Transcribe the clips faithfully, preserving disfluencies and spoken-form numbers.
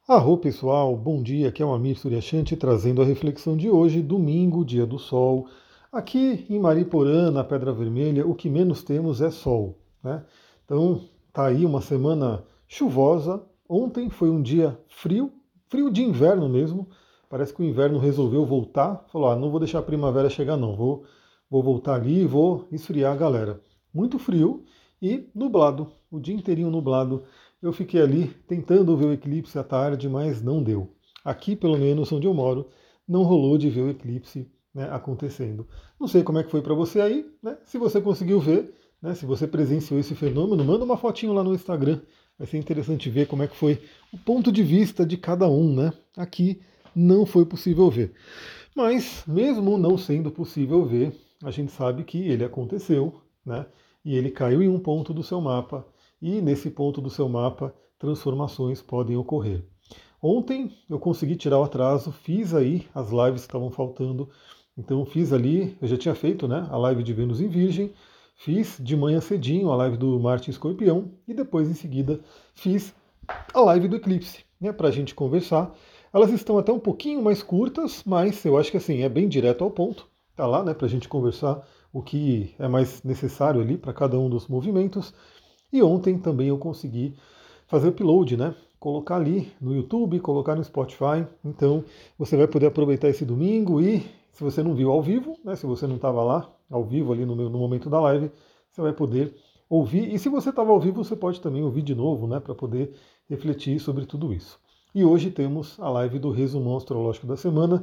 Arro pessoal, bom dia, aqui é o Amir Suryashanti trazendo a reflexão de hoje, domingo, dia do sol. Aqui em Mariporã, na Pedra Vermelha, o que menos temos é sol, né? Então tá aí uma semana chuvosa. Ontem foi um dia frio, frio de inverno mesmo. Parece que o inverno resolveu voltar, falou: ah, não vou deixar a primavera chegar não, vou, vou voltar ali e vou esfriar a galera. Muito frio e nublado, o dia inteirinho nublado. Eu fiquei ali tentando ver o eclipse à tarde, mas não deu. Aqui, pelo menos onde eu moro, não rolou de ver o eclipse, né, acontecendo. Não sei como é que foi para você aí, né? Se você conseguiu ver, né, se você presenciou esse fenômeno, manda uma fotinho lá no Instagram. Vai ser interessante ver como é que foi o ponto de vista de cada um, né? Aqui não foi possível ver. Mas, mesmo não sendo possível ver, a gente sabe que ele aconteceu, né? E ele caiu em um ponto do seu mapa, e nesse ponto do seu mapa, transformações podem ocorrer. Ontem eu consegui tirar o atraso, fiz aí as lives que estavam faltando, então fiz ali, eu já tinha feito, né, a live de Vênus em Virgem, fiz de manhã cedinho a live do Marte em Escorpião, e depois em seguida fiz a live do eclipse, né, para a gente conversar. Elas estão até um pouquinho mais curtas, mas eu acho que assim, é bem direto ao ponto. Tá lá, né, para a gente conversar o que é mais necessário ali para cada um dos movimentos. E ontem também eu consegui fazer upload, né? Colocar ali no YouTube, colocar no Spotify. Então você vai poder aproveitar esse domingo e, se você não viu ao vivo, né? Se você não estava lá ao vivo ali no, meu, no momento da live, você vai poder ouvir. E se você estava ao vivo, você pode também ouvir de novo, né? Para poder refletir sobre tudo isso. E hoje temos a live do resumão astrológico da semana.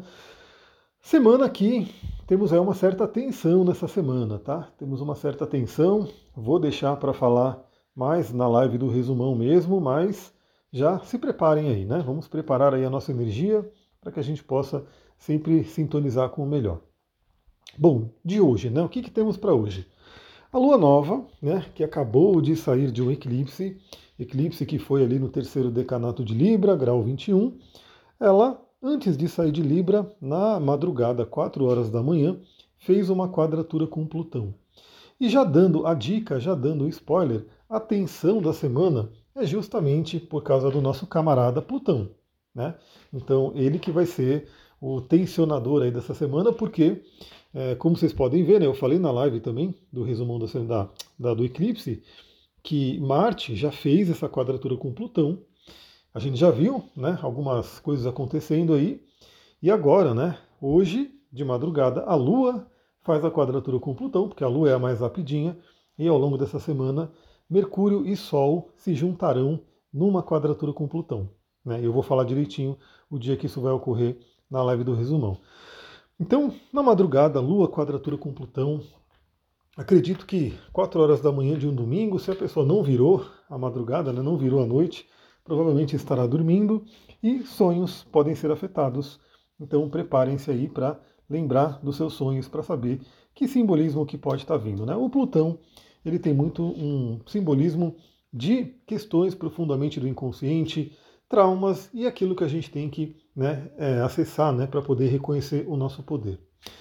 Semana que temos aí uma certa tensão nessa semana, tá? Temos uma certa tensão. Vou deixar para falar mais na live do resumão mesmo, mas já se preparem aí, né? Vamos preparar aí a nossa energia para que a gente possa sempre sintonizar com o melhor. Bom, de hoje, né? O que, que temos para hoje? A lua nova, né, que acabou de sair de um eclipse, eclipse que foi ali no terceiro decanato de Libra, grau vinte e um, ela, antes de sair de Libra, na madrugada, quatro horas da manhã, fez uma quadratura com Plutão. E já dando a dica, já dando o spoiler, a tensão da semana é justamente por causa do nosso camarada Plutão, né? Então ele que vai ser o tensionador aí dessa semana, porque, é, como vocês podem ver, né, eu falei na live também do resumão da, da, da, do eclipse, que Marte já fez essa quadratura com Plutão. A gente já viu, né, algumas coisas acontecendo aí, e agora, né, hoje, de madrugada, a Lua faz a quadratura com Plutão, porque a Lua é a mais rapidinha, e ao longo dessa semana, Mercúrio e Sol se juntarão numa quadratura com Plutão. Né? Eu vou falar direitinho o dia que isso vai ocorrer na live do resumão. Então, na madrugada, Lua quadratura com Plutão. Acredito que quatro horas da manhã de um domingo, se a pessoa não virou a madrugada, né, não virou a noite, provavelmente estará dormindo e sonhos podem ser afetados. Então preparem-se aí para lembrar dos seus sonhos, para saber que simbolismo que pode estar vindo. Né? O Plutão, ele tem muito um simbolismo de questões profundamente do inconsciente, traumas e aquilo que a gente tem que, né, é, acessar, né, para poder reconhecer o nosso poder.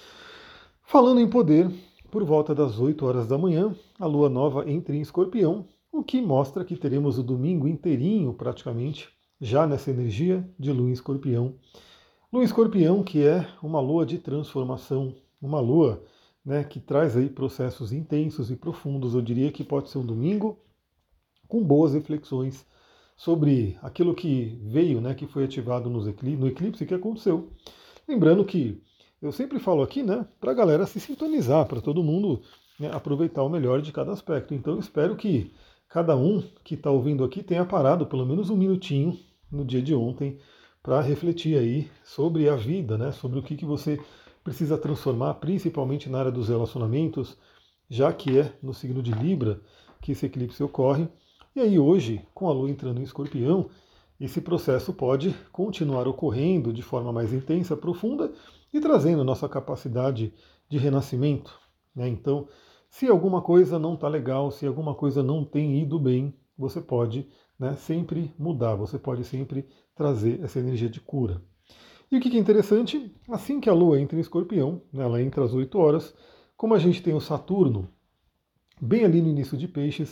Falando em poder, por volta das oito horas da manhã, a lua nova entra em Escorpião, o que mostra que teremos o domingo inteirinho, praticamente, já nessa energia de lua em Escorpião. Lua em Escorpião, que é uma lua de transformação, uma lua, né, que traz aí processos intensos e profundos. Eu diria que pode ser um domingo com boas reflexões sobre aquilo que veio, né, que foi ativado no eclipse, no eclipse que aconteceu. Lembrando que eu sempre falo aqui, né, para a galera se sintonizar, para todo mundo, né, aproveitar o melhor de cada aspecto. Então eu espero que cada um que está ouvindo aqui tenha parado pelo menos um minutinho no dia de ontem para refletir aí sobre a vida, né, sobre o que, que você precisa transformar, principalmente na área dos relacionamentos, já que é no signo de Libra que esse eclipse ocorre. E aí hoje, com a Lua entrando em Escorpião, esse processo pode continuar ocorrendo de forma mais intensa, profunda e trazendo nossa capacidade de renascimento. Né? Então, se alguma coisa não está legal, se alguma coisa não tem ido bem, você pode, né, sempre mudar, você pode sempre trazer essa energia de cura. E o que é interessante, assim que a Lua entra em Escorpião, né, ela entra às oito horas, como a gente tem o Saturno bem ali no início de Peixes,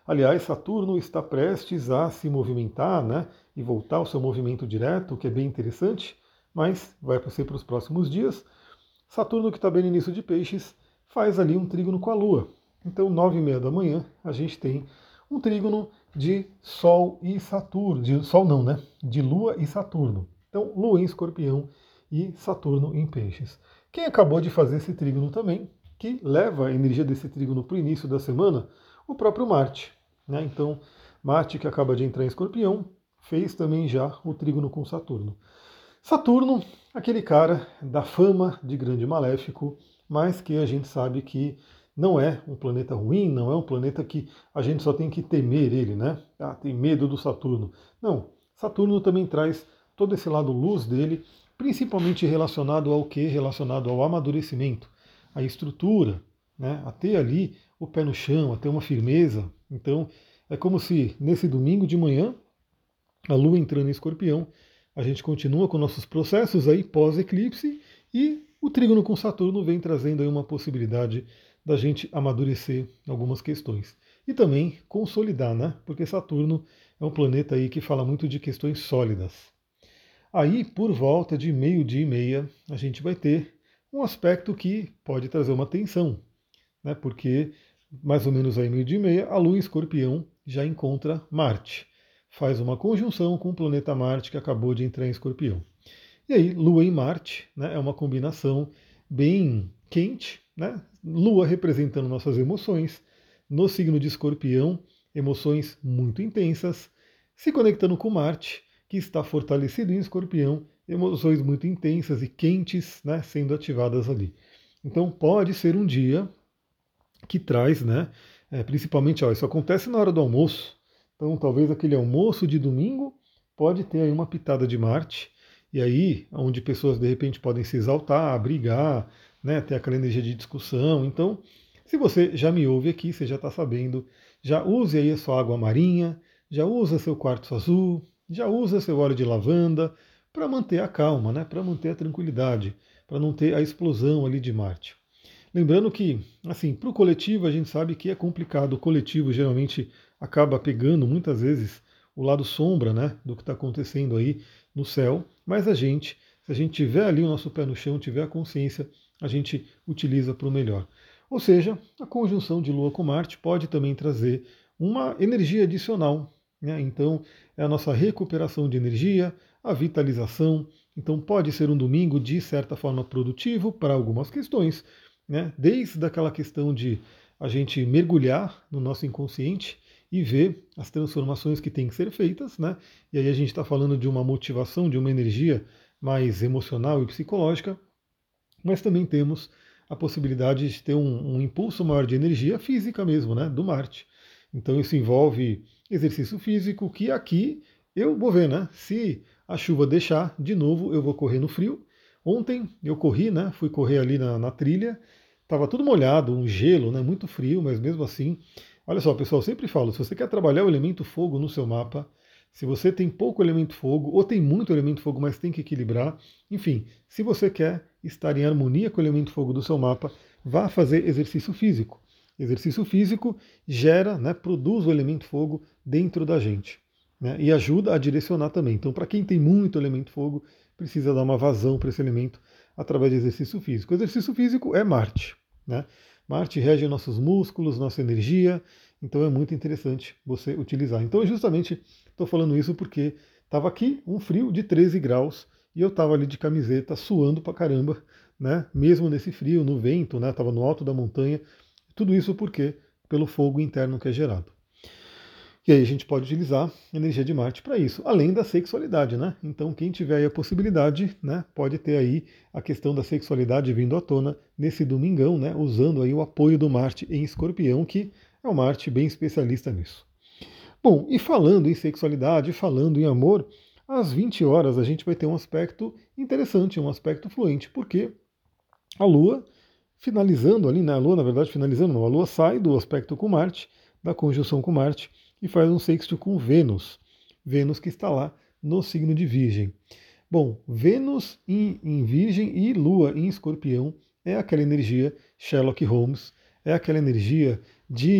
Aliás, Saturno está prestes a se movimentar, né, e voltar ao seu movimento direto, o que é bem interessante, mas vai ser para os próximos dias. Saturno, que está bem no início de Peixes, faz ali um trígono com a Lua. Então, nove e meia da manhã, a gente tem um trígono de Sol e Saturno, de Sol não, né, de Lua e Saturno. Então, Lua em Escorpião e Saturno em Peixes. Quem acabou de fazer esse trígono também, que leva a energia desse trígono para o início da semana, o próprio Marte. Né? Então, Marte, que acaba de entrar em Escorpião, fez também já o trígono com Saturno. Saturno, aquele cara da fama de grande maléfico, mas que a gente sabe que não é um planeta ruim, não é um planeta que a gente só tem que temer ele, né? Ah, tem medo do Saturno. Não, Saturno também traz todo esse lado luz dele, principalmente relacionado ao quê? Relacionado ao amadurecimento, à estrutura, né? A ter ali o pé no chão, a ter uma firmeza. Então, é como se nesse domingo de manhã, a Lua entrando em Escorpião, a gente continua com nossos processos aí pós-eclipse e o trígono com Saturno vem trazendo aí uma possibilidade da gente amadurecer algumas questões. E também consolidar, né? Porque Saturno é um planeta aí que fala muito de questões sólidas. Aí, por volta de meio-dia e meia, a gente vai ter um aspecto que pode trazer uma tensão, né? Porque mais ou menos aí meio-dia e meia, a Lua em Escorpião já encontra Marte. Faz uma conjunção com o planeta Marte que acabou de entrar em Escorpião. E aí, Lua e Marte, né, é uma combinação bem quente, né? Lua representando nossas emoções, no signo de Escorpião, emoções muito intensas, se conectando com Marte, que está fortalecido em Escorpião, emoções muito intensas e quentes, né, sendo ativadas ali. Então pode ser um dia que traz, né, é, principalmente, ó, isso acontece na hora do almoço, então talvez aquele almoço de domingo pode ter aí uma pitada de Marte, e aí onde pessoas de repente podem se exaltar, brigar, né, ter aquela energia de discussão. Então, se você já me ouve aqui, você já está sabendo, já use aí a sua água marinha, já usa seu quartzo azul, já usa seu óleo de lavanda para manter a calma, né, para manter a tranquilidade, para não ter a explosão ali de Marte. Lembrando que, assim, para o coletivo a gente sabe que é complicado. O coletivo geralmente acaba pegando muitas vezes o lado sombra, né, do que está acontecendo aí no céu, mas a gente, se a gente tiver ali o nosso pé no chão, tiver a consciência, a gente utiliza para o melhor. Ou seja, a conjunção de Lua com Marte pode também trazer uma energia adicional, né? Então, é a nossa recuperação de energia, a vitalização. Então, pode ser um domingo de certa forma produtivo para algumas questões, né? Desde aquela questão de a gente mergulhar no nosso inconsciente e ver as transformações que têm que ser feitas, né? E aí a gente está falando de uma motivação, de uma energia mais emocional e psicológica, mas também temos a possibilidade de ter um, um impulso maior de energia física mesmo, né? Do Marte. Então isso envolve exercício físico, que aqui eu vou ver, né? Se a chuva deixar, de novo eu vou correr no frio. Ontem eu corri, né? Fui correr ali na, na trilha, estava tudo molhado, um gelo, né? Muito frio, mas mesmo assim. Olha só, pessoal, eu sempre falo, se você quer trabalhar o elemento fogo no seu mapa, se você tem pouco elemento fogo, ou tem muito elemento fogo, mas tem que equilibrar, enfim, se você quer estar em harmonia com o elemento fogo do seu mapa, vá fazer exercício físico. Exercício físico gera, né, produz o elemento fogo dentro da gente, né, e ajuda a direcionar também. Então, para quem tem muito elemento fogo, precisa dar uma vazão para esse elemento através de exercício físico. O exercício físico é Marte, né? Marte rege nossos músculos, nossa energia, então é muito interessante você utilizar. Então, justamente, estou falando isso porque estava aqui um frio de treze graus e eu estava ali de camiseta, suando pra caramba, né? Mesmo nesse frio, no vento, né? Estava no alto da montanha. Tudo isso por quê? Pelo fogo interno que é gerado. E aí a gente pode utilizar a energia de Marte para isso, além da sexualidade, né? Então quem tiver aí a possibilidade, né, pode ter aí a questão da sexualidade vindo à tona nesse domingão, né, usando aí o apoio do Marte em Escorpião, que é um Marte bem especialista nisso. Bom, e falando em sexualidade, falando em amor, às vinte horas a gente vai ter um aspecto interessante, um aspecto fluente, porque a Lua, finalizando ali, né, a Lua, na verdade, finalizando, não, a Lua sai do aspecto com Marte, da conjunção com Marte, e faz um sexto com Vênus. Vênus que está lá no signo de Virgem. Bom, Vênus em, em Virgem e Lua em Escorpião é aquela energia Sherlock Holmes, é aquela energia de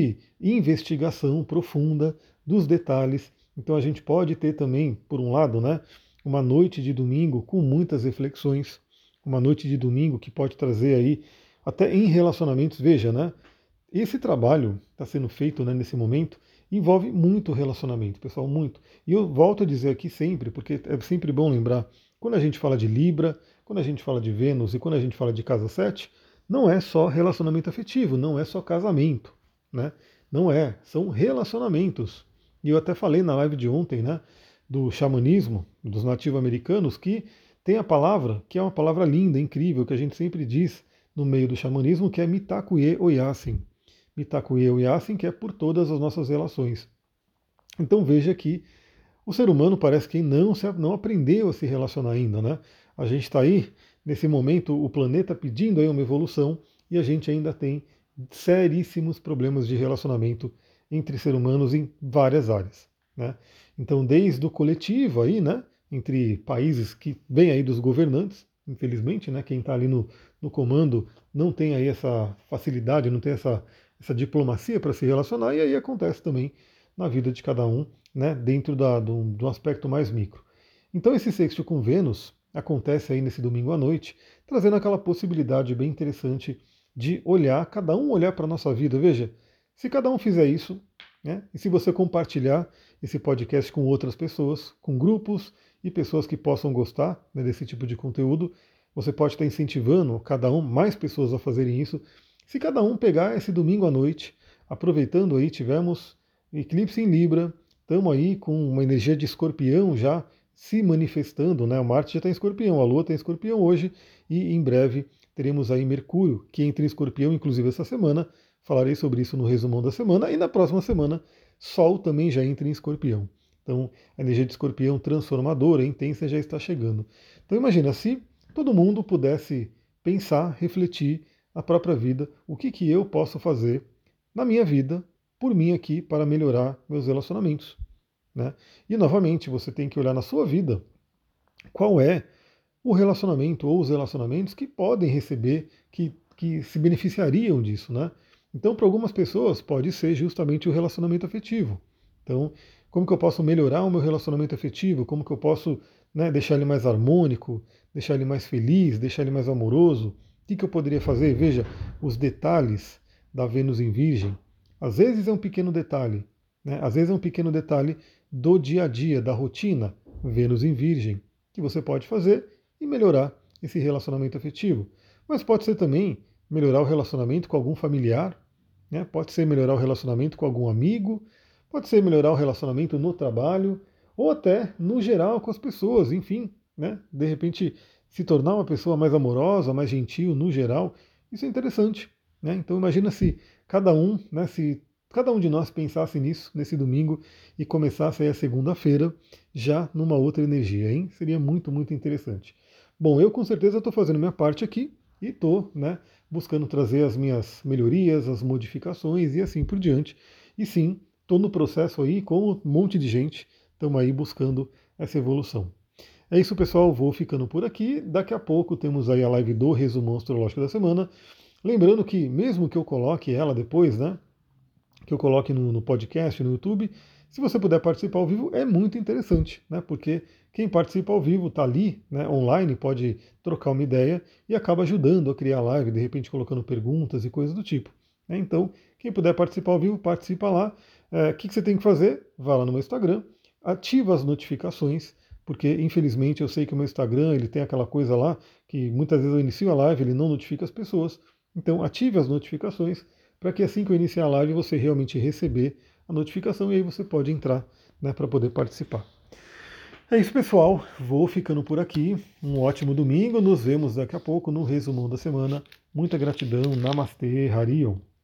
investigação profunda dos detalhes. Então a gente pode ter também, por um lado, né, uma noite de domingo com muitas reflexões, uma noite de domingo que pode trazer aí, até em relacionamentos, veja, né? Esse trabalho está sendo feito, né, nesse momento, envolve muito relacionamento, pessoal, muito. E eu volto a dizer aqui sempre, porque é sempre bom lembrar, quando a gente fala de Libra, quando a gente fala de Vênus e quando a gente fala de casa sete, não é só relacionamento afetivo, não é só casamento, né? Não é, são relacionamentos. E eu até falei na live de ontem, né, do xamanismo, dos nativo-americanos, que tem a palavra, que é uma palavra linda, incrível, que a gente sempre diz no meio do xamanismo, que é Mitakuye Oyasin. Mitakuye Oyasin, que é por todas as nossas relações. Então veja que o ser humano parece que não, se, não aprendeu a se relacionar ainda, né? A gente está aí, nesse momento, o planeta pedindo aí uma evolução e a gente ainda tem seríssimos problemas de relacionamento entre seres humanos em várias áreas, né? Então, desde o coletivo aí, né, entre países que vêm aí dos governantes, infelizmente, né, quem está ali no, no comando não tem aí essa facilidade, não tem essa, essa diplomacia para se relacionar, e aí acontece também na vida de cada um, né, dentro da, do, do aspecto mais micro. Então esse sexto com Vênus acontece aí nesse domingo à noite, trazendo aquela possibilidade bem interessante de olhar, cada um olhar para a nossa vida. Veja, se cada um fizer isso, né, e se você compartilhar esse podcast com outras pessoas, com grupos e pessoas que possam gostar, né, desse tipo de conteúdo, você pode estar incentivando cada um, mais pessoas a fazerem isso. Se cada um pegar esse domingo à noite, aproveitando aí, tivemos eclipse em Libra, estamos aí com uma energia de escorpião já se manifestando, né? O Marte já está em escorpião, a Lua está em escorpião hoje, e em breve teremos aí Mercúrio, que entra em escorpião, inclusive essa semana. Falarei sobre isso no resumão da semana, e na próxima semana, Sol também já entra em escorpião. Então, a energia de escorpião transformadora, intensa, já está chegando. Então, imagina, se todo mundo pudesse pensar, refletir na própria vida, o que, que eu posso fazer na minha vida, por mim aqui, para melhorar meus relacionamentos, né? E novamente, você tem que olhar na sua vida qual é o relacionamento ou os relacionamentos que podem receber, que, que se beneficiariam disso, né? Então, para algumas pessoas, pode ser justamente o relacionamento afetivo. Então, como que eu posso melhorar o meu relacionamento afetivo? Como que eu posso, né, deixar ele mais harmônico, deixar ele mais feliz, deixar ele mais amoroso? O que, que eu poderia fazer? Veja, os detalhes da Vênus em Virgem. Às vezes é um pequeno detalhe, né? Às vezes é um pequeno detalhe do dia a dia, da rotina, Vênus em Virgem, que você pode fazer e melhorar esse relacionamento afetivo. Mas pode ser também melhorar o relacionamento com algum familiar, né? Pode ser melhorar o relacionamento com algum amigo, pode ser melhorar o relacionamento no trabalho, ou até no geral com as pessoas, enfim, né? De repente se tornar uma pessoa mais amorosa, mais gentil no geral, isso é interessante, né? Então imagina se cada um, né, se cada um de nós pensasse nisso nesse domingo e começasse aí a segunda-feira já numa outra energia, hein? Seria muito, muito interessante. Bom, eu com certeza estou fazendo minha parte aqui e estou, né, buscando trazer as minhas melhorias, as modificações e assim por diante. E sim, estou no processo aí, como um monte de gente, estamos aí buscando essa evolução. É isso, pessoal, vou ficando por aqui. Daqui a pouco temos aí a live do resumão astrológico da semana. Lembrando que mesmo que eu coloque ela depois, né, que eu coloque no, no podcast, no YouTube, se você puder participar ao vivo, é muito interessante, né, porque quem participa ao vivo está ali, né, online, pode trocar uma ideia e acaba ajudando a criar a live, de repente colocando perguntas e coisas do tipo, né? Então, quem puder participar ao vivo, participa lá. O é, que, que você tem que fazer? Vá lá no meu Instagram, ativa as notificações, porque infelizmente eu sei que o meu Instagram ele tem aquela coisa lá que muitas vezes eu inicio a live, ele não notifica as pessoas. Então ative as notificações para que assim que eu iniciar a live você realmente receber a notificação e aí você pode entrar, né, para poder participar. É isso, pessoal. Vou ficando por aqui. Um ótimo domingo. Nos vemos daqui a pouco no resumão da semana. Muita gratidão. Namastê, Harion.